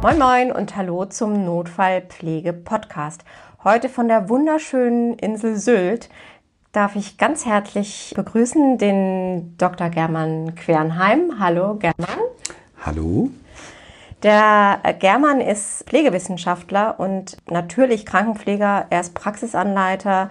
Moin Moin und hallo zum Notfallpflege-Podcast. Heute von der wunderschönen Insel Sylt darf ich ganz herzlich begrüßen den Dr. German Quernheim. Hallo German. Hallo. Der German ist Pflegewissenschaftler und natürlich Krankenpfleger. Er ist Praxisanleiter,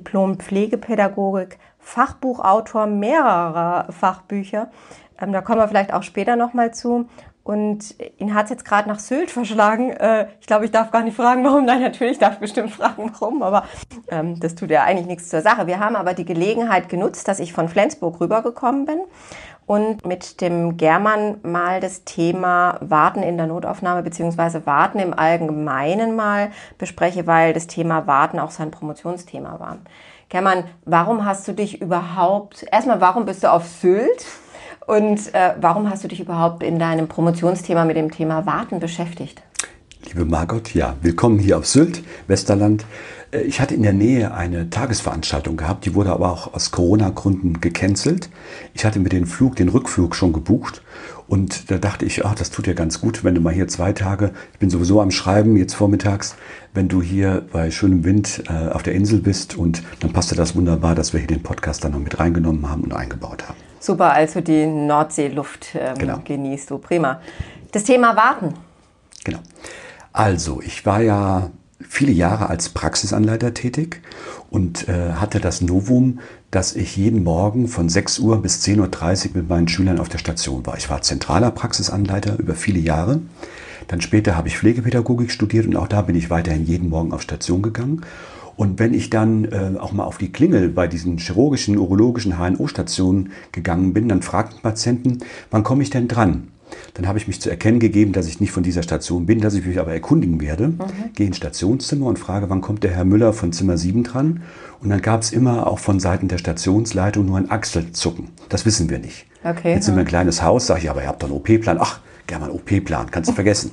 Diplom-Pflegepädagogik, Fachbuchautor mehrerer Fachbücher. Da kommen wir vielleicht auch später nochmal zu. Und ihn hat es jetzt gerade nach Sylt verschlagen. Ich glaube, ich darf gar nicht fragen, warum. Nein, natürlich darf ich bestimmt fragen, warum. Aber das tut ja eigentlich nichts zur Sache. Wir haben aber die Gelegenheit genutzt, dass ich von Flensburg rübergekommen bin und mit dem German mal das Thema Warten in der Notaufnahme beziehungsweise Warten im Allgemeinen mal bespreche, weil das Thema Warten auch sein Promotionsthema war. German, warum hast du dich überhaupt, erstmal, warum bist du auf Sylt? Und warum hast du dich überhaupt in deinem Promotionsthema mit dem Thema Warten beschäftigt? Liebe Margot, ja, willkommen hier auf Sylt, Westerland. Ich hatte in der Nähe eine Tagesveranstaltung gehabt, die wurde aber auch aus Corona-Gründen gecancelt. Ich hatte mir den Rückflug schon gebucht und da dachte ich, das tut dir ganz gut, wenn du mal hier 2 Tage, ich bin sowieso am Schreiben jetzt vormittags, wenn du hier bei schönem Wind auf der Insel bist, und dann passte das wunderbar, dass wir hier den Podcast dann noch mit reingenommen haben und eingebaut haben. Super, also die Nordseeluft Genau. Genießt du, prima. Das Thema Warten. Genau. Also, ich war ja viele Jahre als Praxisanleiter tätig und hatte das Novum, dass ich jeden Morgen von 6 Uhr bis 10.30 Uhr mit meinen Schülern auf der Station war. Ich war zentraler Praxisanleiter über viele Jahre. Dann später habe ich Pflegepädagogik studiert und auch da bin ich weiterhin jeden Morgen auf Station gegangen. Und wenn ich dann auch mal auf die Klingel bei diesen chirurgischen, urologischen HNO-Stationen gegangen bin, dann fragten Patienten, wann komme ich denn dran? Dann habe ich mich zu erkennen gegeben, dass ich nicht von dieser Station bin, dass ich mich aber erkundigen werde. Gehe ins Stationszimmer und frage, wann kommt der Herr Müller von Zimmer 7 dran? Und dann gab es immer auch von Seiten der Stationsleitung nur ein Achselzucken. Das wissen wir nicht. Okay. Jetzt sind wir ein kleines Haus, sage ich, aber ihr habt doch einen OP-Plan. Ach, German, OP-Plan, kannst du vergessen.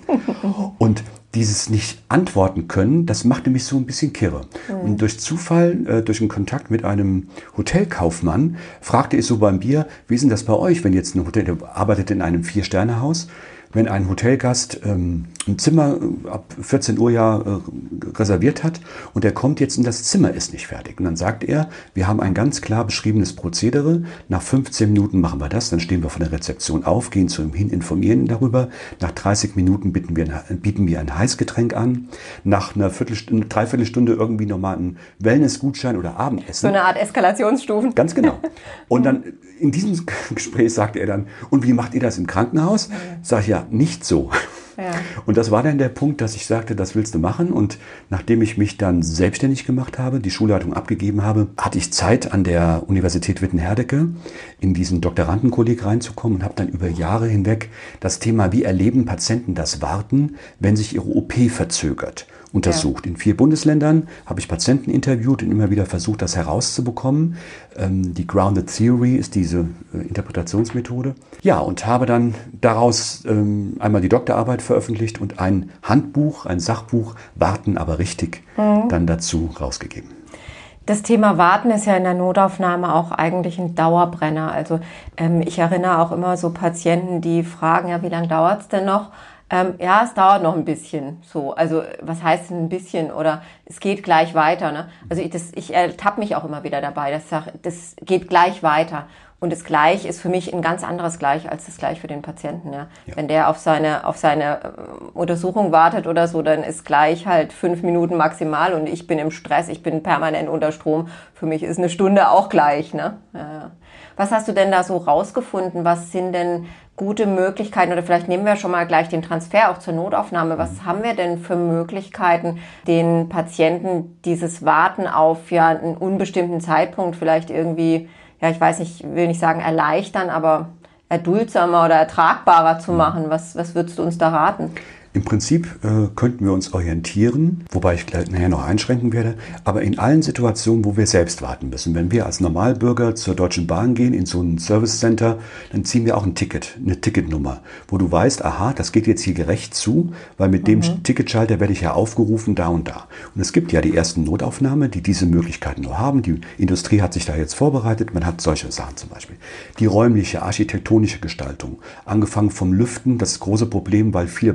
Und dieses nicht antworten können, das machte mich so ein bisschen kirre. Und durch Zufall, durch einen Kontakt mit einem Hotelkaufmann, fragte ich so beim Bier, wie ist denn das bei euch, wenn jetzt ein Hotel, der arbeitet in einem 4-Sterne-Haus, wenn ein Hotelgast ein Zimmer ab 14 Uhr reserviert hat und er kommt jetzt und das Zimmer ist nicht fertig. Und dann sagt er, wir haben ein ganz klar beschriebenes Prozedere. Nach 15 Minuten machen wir das, dann stehen wir von der Rezeption auf, gehen zu ihm hin, informieren ihn darüber. Nach 30 Minuten bieten wir ein Heißgetränk an. Nach einer Dreiviertelstunde irgendwie nochmal einen Wellnessgutschein oder Abendessen. So eine Art Eskalationsstufen. Ganz genau. Und dann in diesem Gespräch sagte er dann, und wie macht ihr das im Krankenhaus? Sag ich, ja, nicht so. Ja. Und das war dann der Punkt, dass ich sagte, das willst du machen. Und nachdem ich mich dann selbstständig gemacht habe, die Schulleitung abgegeben habe, hatte ich Zeit, an der Universität Witten-Herdecke in diesen Doktorandenkolleg reinzukommen und habe dann über Jahre hinweg das Thema, wie erleben Patienten das Warten, wenn sich ihre OP verzögert, untersucht. Ja. In 4 Bundesländern habe ich Patienten interviewt und immer wieder versucht, das herauszubekommen. Die Grounded Theory ist diese Interpretationsmethode. Ja, und habe dann daraus einmal die Doktorarbeit veröffentlicht und ein Handbuch, ein Sachbuch, Warten aber richtig, dann dazu rausgegeben. Das Thema Warten ist ja in der Notaufnahme auch eigentlich ein Dauerbrenner. Also ich erinnere auch immer so Patienten, die fragen, ja, wie lange dauert es denn noch? Ja, es dauert noch ein bisschen. So, also was heißt denn ein bisschen? Oder es geht gleich weiter. Ne? Also ich ertappe mich auch immer wieder dabei, dass ich sage, das geht gleich weiter. Und das Gleich ist für mich ein ganz anderes Gleich als das Gleich für den Patienten. Ja? Ja. Wenn der auf seine Untersuchung wartet oder so, dann ist gleich halt 5 Minuten maximal und ich bin im Stress, ich bin permanent unter Strom. Für mich ist eine Stunde auch gleich. Ne? Ja. Was hast du denn da so rausgefunden? Was sind denn gute Möglichkeiten? Oder vielleicht nehmen wir schon mal gleich den Transfer auch zur Notaufnahme. Was haben wir denn für Möglichkeiten, den Patienten dieses Warten auf einen unbestimmten Zeitpunkt vielleicht irgendwie, ja, ich weiß nicht, will nicht sagen erleichtern, aber erduldsamer oder ertragbarer zu machen? Was würdest du uns da raten? Im Prinzip könnten wir uns orientieren, wobei ich gleich nachher noch einschränken werde, aber in allen Situationen, wo wir selbst warten müssen. Wenn wir als Normalbürger zur Deutschen Bahn gehen, in so ein Service Center, dann ziehen wir auch ein Ticket, eine Ticketnummer, wo du weißt, aha, das geht jetzt hier gerecht zu, weil mit dem Ticketschalter werde ich ja aufgerufen, da und da. Und es gibt ja die ersten Notaufnahmen, die diese Möglichkeiten nur haben. Die Industrie hat sich da jetzt vorbereitet, man hat solche Sachen zum Beispiel. Die räumliche, architektonische Gestaltung, angefangen vom Lüften, das große Problem, weil viele Wartezonen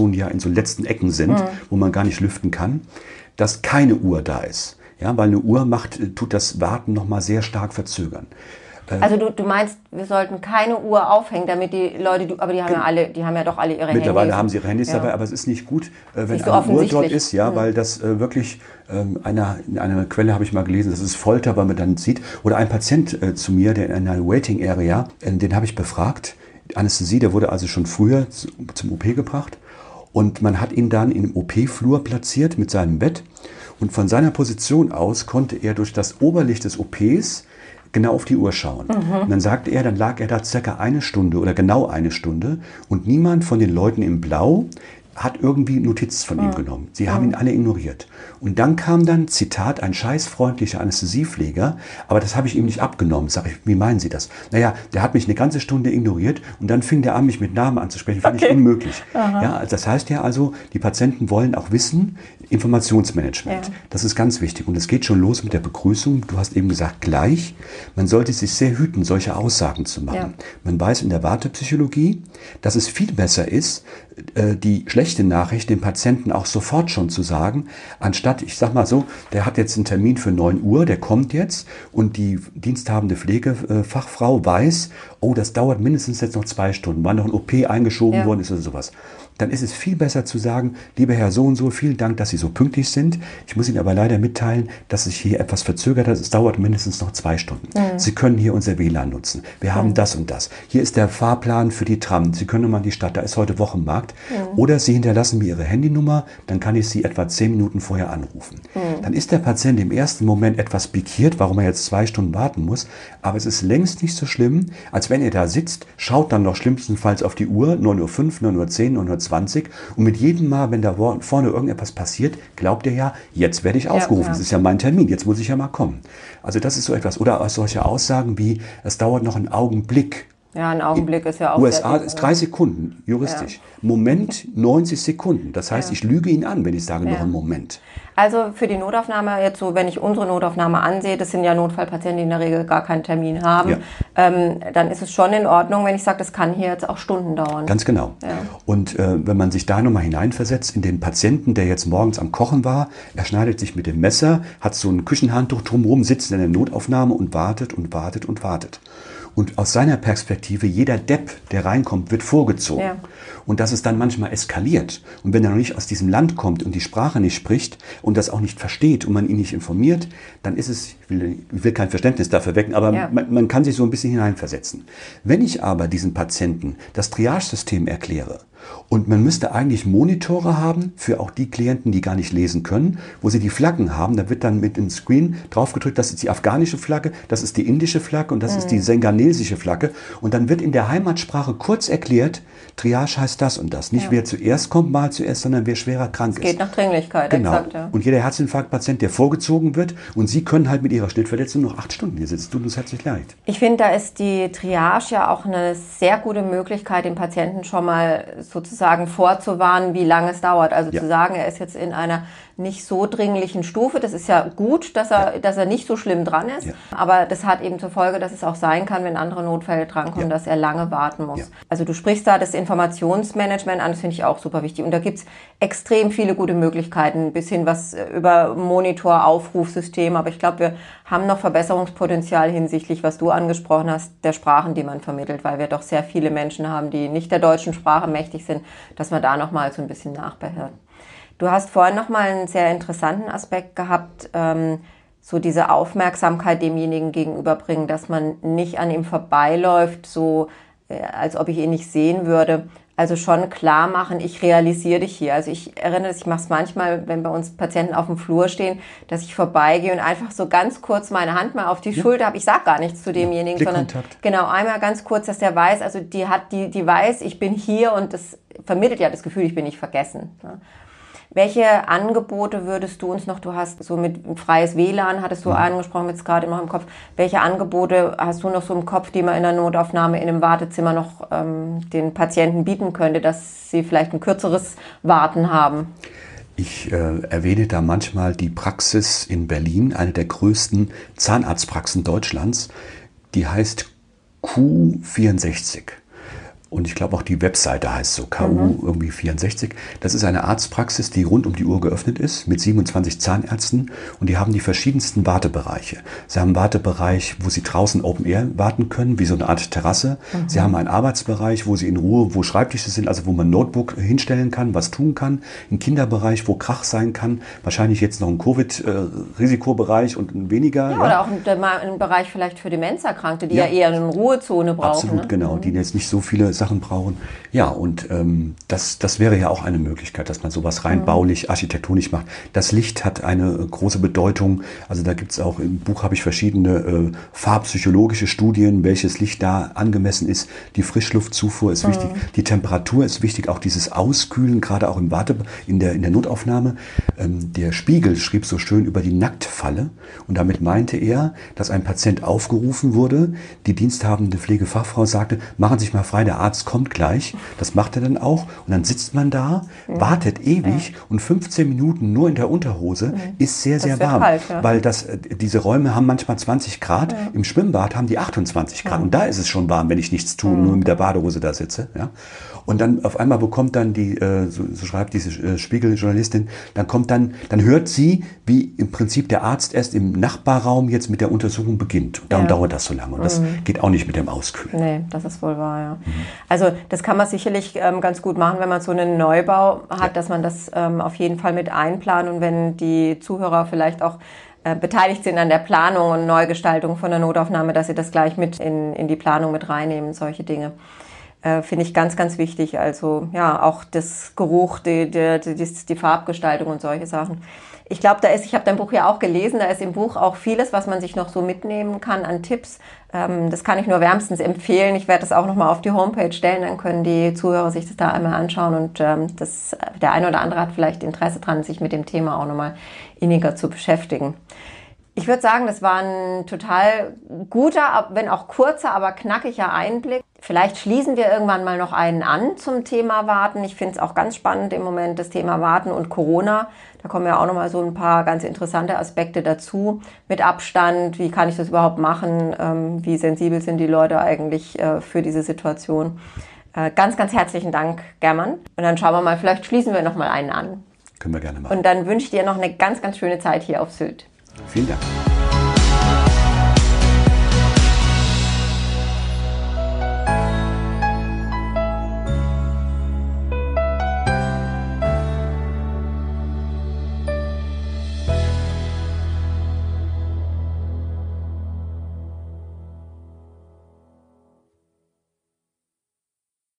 Operationen ja in so letzten Ecken sind, wo man gar nicht lüften kann, dass keine Uhr da ist. Ja, weil eine Uhr tut das Warten nochmal sehr stark verzögern. Also du meinst, wir sollten keine Uhr aufhängen, damit die Leute, aber die haben ja doch alle ihre Handys. Mittlerweile haben sie ihre Handys dabei, aber es ist nicht gut, wenn nicht so eine Uhr dort offensichtlich. ist, ja, weil das wirklich, in einer Quelle habe ich mal gelesen, das ist Folter, weil man dann sieht, oder ein Patient zu mir, der in einer Waiting Area, den habe ich befragt, Anästhesie, der wurde also schon früher zum OP gebracht und man hat ihn dann im OP-Flur platziert mit seinem Bett und von seiner Position aus konnte er durch das Oberlicht des OPs genau auf die Uhr schauen. Und dann sagte er, dann lag er da circa eine Stunde oder genau eine Stunde und niemand von den Leuten im Blau hat irgendwie Notiz von ihm genommen. Sie haben ihn alle ignoriert. Und dann kam dann, Zitat, ein scheißfreundlicher Anästhesiepfleger, aber das habe ich ihm nicht abgenommen. Sag ich, wie meinen Sie das? Naja, der hat mich eine ganze Stunde ignoriert und dann fing der an, mich mit Namen anzusprechen. Fand ich unmöglich. Ja, das heißt ja also, die Patienten wollen auch wissen, Informationsmanagement. Ja. Das ist ganz wichtig. Und es geht schon los mit der Begrüßung. Du hast eben gesagt, gleich. Man sollte sich sehr hüten, solche Aussagen zu machen. Ja. Man weiß in der Wartepsychologie, dass es viel besser ist, die schlechte Nachricht dem Patienten auch sofort schon zu sagen, anstatt, ich sag mal so, der hat jetzt einen Termin für 9 Uhr, der kommt jetzt und die diensthabende Pflegefachfrau weiß, oh, das dauert mindestens jetzt noch 2 Stunden, weil noch ein OP eingeschoben worden ist oder sowas. Dann ist es viel besser zu sagen, lieber Herr so und so, vielen Dank, dass Sie so pünktlich sind. Ich muss Ihnen aber leider mitteilen, dass sich hier etwas verzögert hat. Es dauert mindestens noch 2 Stunden. Sie können hier unser WLAN nutzen. Wir haben das und das. Hier ist der Fahrplan für die Tram. Sie können nochmal in die Stadt, da ist heute Wochenmarkt. Oder Sie hinterlassen mir Ihre Handynummer, dann kann ich Sie etwa 10 Minuten vorher anrufen. Dann ist der Patient im ersten Moment etwas pikiert, warum er jetzt 2 Stunden warten muss. Aber es ist längst nicht so schlimm, als wenn er da sitzt, schaut dann noch schlimmstenfalls auf die Uhr, 9:05 Uhr, 9:10 Uhr, 9:20 und mit jedem Mal, wenn da vorne irgendetwas passiert, glaubt er ja, jetzt werde ich aufgerufen, das ist ja mein Termin, jetzt muss ich ja mal kommen. Also das ist so etwas. Oder auch solche Aussagen wie, es dauert noch einen Augenblick. Ja, ein Augenblick ist ja auch USA ist 3 Sekunden, juristisch. Moment 90 Sekunden. Das heißt, ich lüge ihn an, wenn ich sage, noch einen Moment. Also für die Notaufnahme, jetzt so, wenn ich unsere Notaufnahme ansehe, das sind ja Notfallpatienten, die in der Regel gar keinen Termin haben, dann ist es schon in Ordnung, wenn ich sage, das kann hier jetzt auch Stunden dauern. Ganz genau. Ja. Und wenn man sich da nochmal hineinversetzt in den Patienten, der jetzt morgens am Kochen war, er schneidet sich mit dem Messer, hat so ein Küchenhandtuch drumherum, sitzt in der Notaufnahme und wartet und wartet und wartet. Und aus seiner Perspektive, jeder Depp, der reinkommt, wird vorgezogen. Ja. Und dass es dann manchmal eskaliert. Und wenn er noch nicht aus diesem Land kommt und die Sprache nicht spricht und das auch nicht versteht und man ihn nicht informiert, dann ist es, ich will kein Verständnis dafür wecken, aber man kann sich so ein bisschen hineinversetzen. Wenn ich aber diesen Patienten das Triage-System erkläre, und man müsste eigentlich Monitore haben für auch die Klienten, die gar nicht lesen können, wo sie die Flaggen haben. Da wird dann mit dem Screen draufgedrückt, das ist die afghanische Flagge, das ist die indische Flagge und das ist die sengalesische Flagge. Und dann wird in der Heimatsprache kurz erklärt, Triage heißt das und das. Nicht wer zuerst kommt, mal zuerst, sondern wer schwerer krank ist. Es geht nach Dringlichkeit, genau. Exakt, ja. Und jeder Herzinfarktpatient, der vorgezogen wird und Sie können halt mit Ihrer Schnittverletzung noch 8 Stunden hier sitzen. Tut uns herzlich leid. Ich finde, da ist die Triage ja auch eine sehr gute Möglichkeit, den Patienten schon mal sozusagen vorzuwarnen, wie lange es dauert. Also zu sagen, er ist jetzt in einer nicht so dringlichen Stufe. Das ist ja gut, dass er nicht so schlimm dran ist. Ja. Aber das hat eben zur Folge, dass es auch sein kann, wenn andere Notfälle drankommen, dass er lange warten muss. Ja. Also du sprichst da das Informationsmanagement an, das finde ich auch super wichtig. Und da gibt's extrem viele gute Möglichkeiten, bis hin was über Monitor, Aufrufsystem. Aber ich glaube, wir haben noch Verbesserungspotenzial hinsichtlich, was du angesprochen hast, der Sprachen, die man vermittelt, weil wir doch sehr viele Menschen haben, die nicht der deutschen Sprache mächtig sind, dass man da nochmal so ein bisschen nachbehört. Du hast vorhin nochmal einen sehr interessanten Aspekt gehabt, so diese Aufmerksamkeit demjenigen gegenüberbringen, dass man nicht an ihm vorbeiläuft, so als ob ich ihn nicht sehen würde. Also schon klar machen, ich realisiere dich hier. Also ich erinnere, ich mache es manchmal, wenn bei uns Patienten auf dem Flur stehen, dass ich vorbeigehe und einfach so ganz kurz meine Hand mal auf die Schulter habe. Ich sage gar nichts zu demjenigen, sondern genau einmal ganz kurz, dass der weiß, also die weiß, ich bin hier und das vermittelt ja das Gefühl, ich bin nicht vergessen. Ne? Welche Angebote würdest du uns noch, du hast so mit freies WLAN, hattest du angesprochen, jetzt gerade noch im Kopf, welche Angebote hast du noch so im Kopf, die man in der Notaufnahme in einem Wartezimmer noch den Patienten bieten könnte, dass sie vielleicht ein kürzeres Warten haben? Ich erwähne da manchmal die Praxis in Berlin, eine der größten Zahnarztpraxen Deutschlands, die heißt Q64. Und ich glaube auch die Webseite heißt so, KU irgendwie 64. Das ist eine Arztpraxis, die rund um die Uhr geöffnet ist, mit 27 Zahnärzten. Und die haben die verschiedensten Wartebereiche. Sie haben einen Wartebereich, wo sie draußen Open Air warten können, wie so eine Art Terrasse. Sie haben einen Arbeitsbereich, wo sie in Ruhe, wo Schreibtische sind, also wo man ein Notebook hinstellen kann, was tun kann. Ein Kinderbereich, wo Krach sein kann. Wahrscheinlich jetzt noch ein Covid-Risikobereich und ein weniger. Ja, oder auch ein Bereich vielleicht für Demenzerkrankte, die ja eher eine Ruhezone brauchen. Absolut, ne? genau. Die jetzt nicht so viele Sachen brauchen. Ja, und das wäre ja auch eine Möglichkeit, dass man sowas rein baulich, architektonisch macht. Das Licht hat eine große Bedeutung. Also da gibt es auch, im Buch habe ich verschiedene farbpsychologische Studien, welches Licht da angemessen ist. Die Frischluftzufuhr ist wichtig, die Temperatur ist wichtig, auch dieses Auskühlen, gerade auch in der Notaufnahme. Der Spiegel schrieb so schön über die Nacktfalle und damit meinte er, dass ein Patient aufgerufen wurde, die diensthabende Pflegefachfrau sagte, machen Sie sich mal frei, der Arzt kommt gleich. Das macht er dann auch und dann sitzt man da, wartet ewig und 15 Minuten nur in der Unterhose ist sehr, sehr warm, kalt, weil diese Räume haben manchmal 20 Grad, im Schwimmbad haben die 28 Grad und da ist es schon warm, wenn ich nichts tue, nur mit der Badehose da sitze. Ja? Und dann auf einmal bekommt dann so schreibt diese Spiegeljournalistin, dann hört sie, wie im Prinzip der Arzt erst im Nachbarraum jetzt mit der Untersuchung beginnt. Und darum dauert das so lange. Und das geht auch nicht mit dem Auskühlen. Nee, das ist wohl wahr, ja. Also das kann man sicherlich ganz gut machen, wenn man so einen Neubau hat, dass man das auf jeden Fall mit einplant. Und wenn die Zuhörer vielleicht auch beteiligt sind an der Planung und Neugestaltung von der Notaufnahme, dass sie das gleich mit in die Planung mit reinnehmen, solche Dinge. Finde ich ganz, ganz wichtig. Also ja, auch das Geruch, die Farbgestaltung und solche Sachen. Ich glaube, ich habe dein Buch ja auch gelesen, da ist im Buch auch vieles, was man sich noch so mitnehmen kann an Tipps. Das kann ich nur wärmstens empfehlen. Ich werde das auch nochmal auf die Homepage stellen, dann können die Zuhörer sich das da einmal anschauen und der eine oder andere hat vielleicht Interesse dran, sich mit dem Thema auch nochmal inniger zu beschäftigen. Ich würde sagen, das war ein total guter, wenn auch kurzer, aber knackiger Einblick. Vielleicht schließen wir irgendwann mal noch einen an zum Thema Warten. Ich finde es auch ganz spannend im Moment, das Thema Warten und Corona. Da kommen ja auch noch mal so ein paar ganz interessante Aspekte dazu. Mit Abstand, wie kann ich das überhaupt machen? Wie sensibel sind die Leute eigentlich für diese Situation? Ganz, ganz herzlichen Dank, German. Und dann schauen wir mal, vielleicht schließen wir noch mal einen an. Können wir gerne machen. Und dann wünsche ich dir noch eine ganz, ganz schöne Zeit hier auf Sylt. Vielen Dank.